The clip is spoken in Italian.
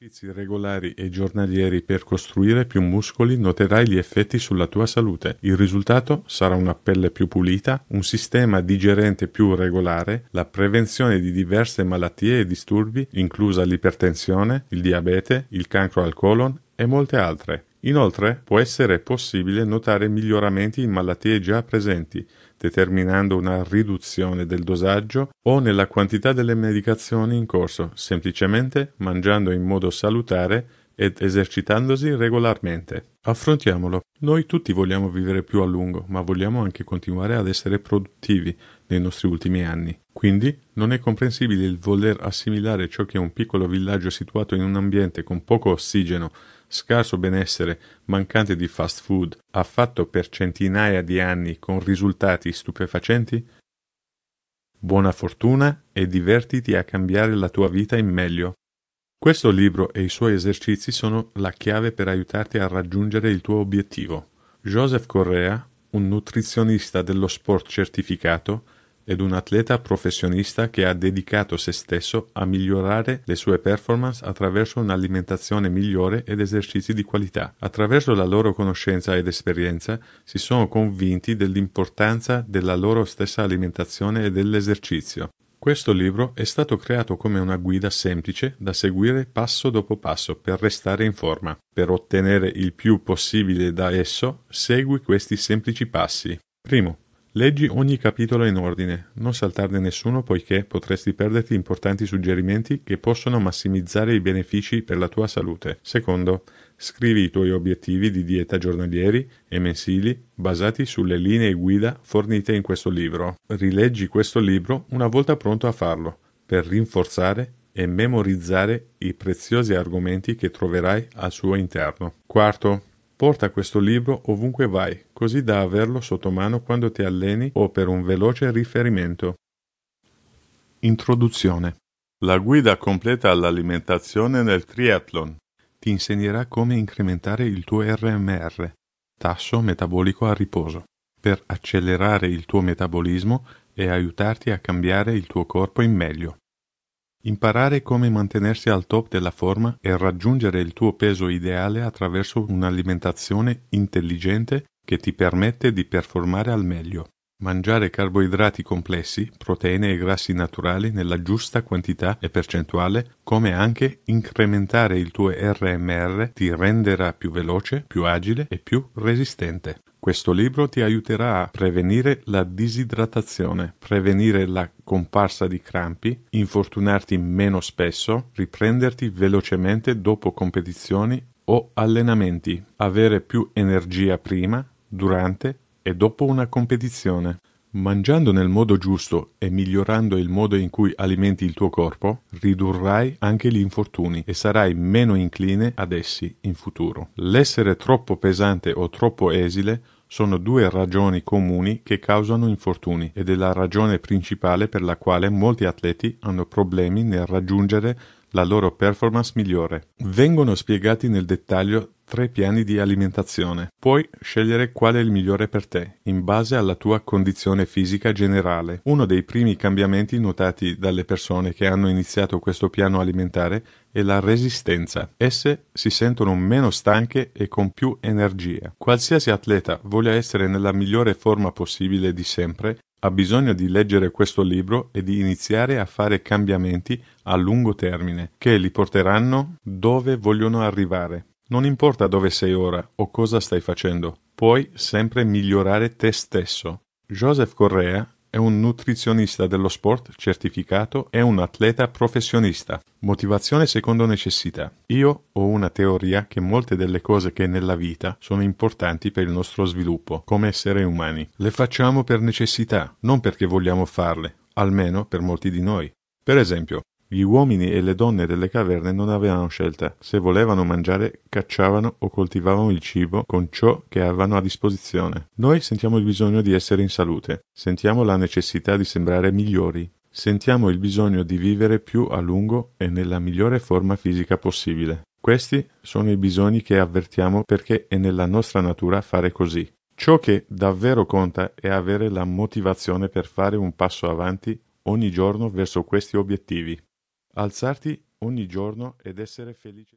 esercizi regolari e giornalieri per costruire più muscoli noterai gli effetti sulla tua salute. Il risultato sarà una pelle più pulita, un sistema digerente più regolare, la prevenzione di diverse malattie e disturbi, inclusa l'ipertensione, il diabete, il cancro al colon e molte altre. Inoltre, può essere possibile notare miglioramenti in malattie già presenti, determinando una riduzione del dosaggio o nella quantità delle medicazioni in corso, semplicemente mangiando in modo salutare ed esercitandosi regolarmente. Affrontiamolo. Noi tutti vogliamo vivere più a lungo, ma vogliamo anche continuare ad essere produttivi nei nostri ultimi anni. Quindi non è comprensibile il voler assimilare ciò che è un piccolo villaggio situato in un ambiente con poco ossigeno, scarso benessere, mancante di fast food, ha fatto per centinaia di anni con risultati stupefacenti? Buona fortuna e divertiti a cambiare la tua vita in meglio. Questo libro e i suoi esercizi sono la chiave per aiutarti a raggiungere il tuo obiettivo. Joseph Correa, un nutrizionista dello sport certificato, ed un atleta professionista che ha dedicato se stesso a migliorare le sue performance attraverso un'alimentazione migliore ed esercizi di qualità. Attraverso la loro conoscenza ed esperienza si sono convinti dell'importanza della loro stessa alimentazione e dell'esercizio. Questo libro è stato creato come una guida semplice da seguire passo dopo passo per restare in forma. Per ottenere il più possibile da esso, segui questi semplici passi. Primo, leggi ogni capitolo in ordine, non saltarne nessuno poiché potresti perderti importanti suggerimenti che possono massimizzare i benefici per la tua salute. Secondo, scrivi i tuoi obiettivi di dieta giornalieri e mensili basati sulle linee guida fornite in questo libro. Rileggi questo libro una volta pronto a farlo, per rinforzare e memorizzare i preziosi argomenti che troverai al suo interno. Quarto, porta questo libro ovunque vai, così da averlo sotto mano quando ti alleni o per un veloce riferimento. Introduzione. La guida completa all'alimentazione nel triathlon ti insegnerà come incrementare il tuo RMR, tasso metabolico a riposo, per accelerare il tuo metabolismo e aiutarti a cambiare il tuo corpo in meglio. Imparare come mantenersi al top della forma e raggiungere il tuo peso ideale attraverso un'alimentazione intelligente che ti permette di performare al meglio. Mangiare carboidrati complessi, proteine e grassi naturali nella giusta quantità e percentuale, come anche incrementare il tuo RMR ti renderà più veloce, più agile e più resistente. Questo libro ti aiuterà a prevenire la disidratazione, prevenire la comparsa di crampi, infortunarti meno spesso, riprenderti velocemente dopo competizioni o allenamenti, avere più energia prima, durante e dopo una competizione. Mangiando nel modo giusto e migliorando il modo in cui alimenti il tuo corpo, ridurrai anche gli infortuni e sarai meno incline ad essi in futuro. L'essere troppo pesante o troppo esile sono due ragioni comuni che causano infortuni ed è la ragione principale per la quale molti atleti hanno problemi nel raggiungere la loro performance migliore. Vengono spiegati nel dettaglio 3 piani di alimentazione. Puoi scegliere quale è il migliore per te, in base alla tua condizione fisica generale. Uno dei primi cambiamenti notati dalle persone che hanno iniziato questo piano alimentare è la resistenza. Esse si sentono meno stanche e con più energia. Qualsiasi atleta voglia essere nella migliore forma possibile di sempre, ha bisogno di leggere questo libro e di iniziare a fare cambiamenti a lungo termine, che li porteranno dove vogliono arrivare. Non importa dove sei ora o cosa stai facendo, puoi sempre migliorare te stesso. Joseph Correa è un nutrizionista dello sport certificato e un atleta professionista. Motivazione secondo necessità. Io ho una teoria che molte delle cose che nella vita sono importanti per il nostro sviluppo come esseri umani le facciamo per necessità, non perché vogliamo farle, almeno per molti di noi. Per esempio, gli uomini e le donne delle caverne non avevano scelta. Se volevano mangiare, cacciavano o coltivavano il cibo con ciò che avevano a disposizione. Noi sentiamo il bisogno di essere in salute, sentiamo la necessità di sembrare migliori, sentiamo il bisogno di vivere più a lungo e nella migliore forma fisica possibile. Questi sono i bisogni che avvertiamo perché è nella nostra natura fare così. Ciò che davvero conta è avere la motivazione per fare un passo avanti ogni giorno verso questi obiettivi. Alzarti ogni giorno ed essere felice.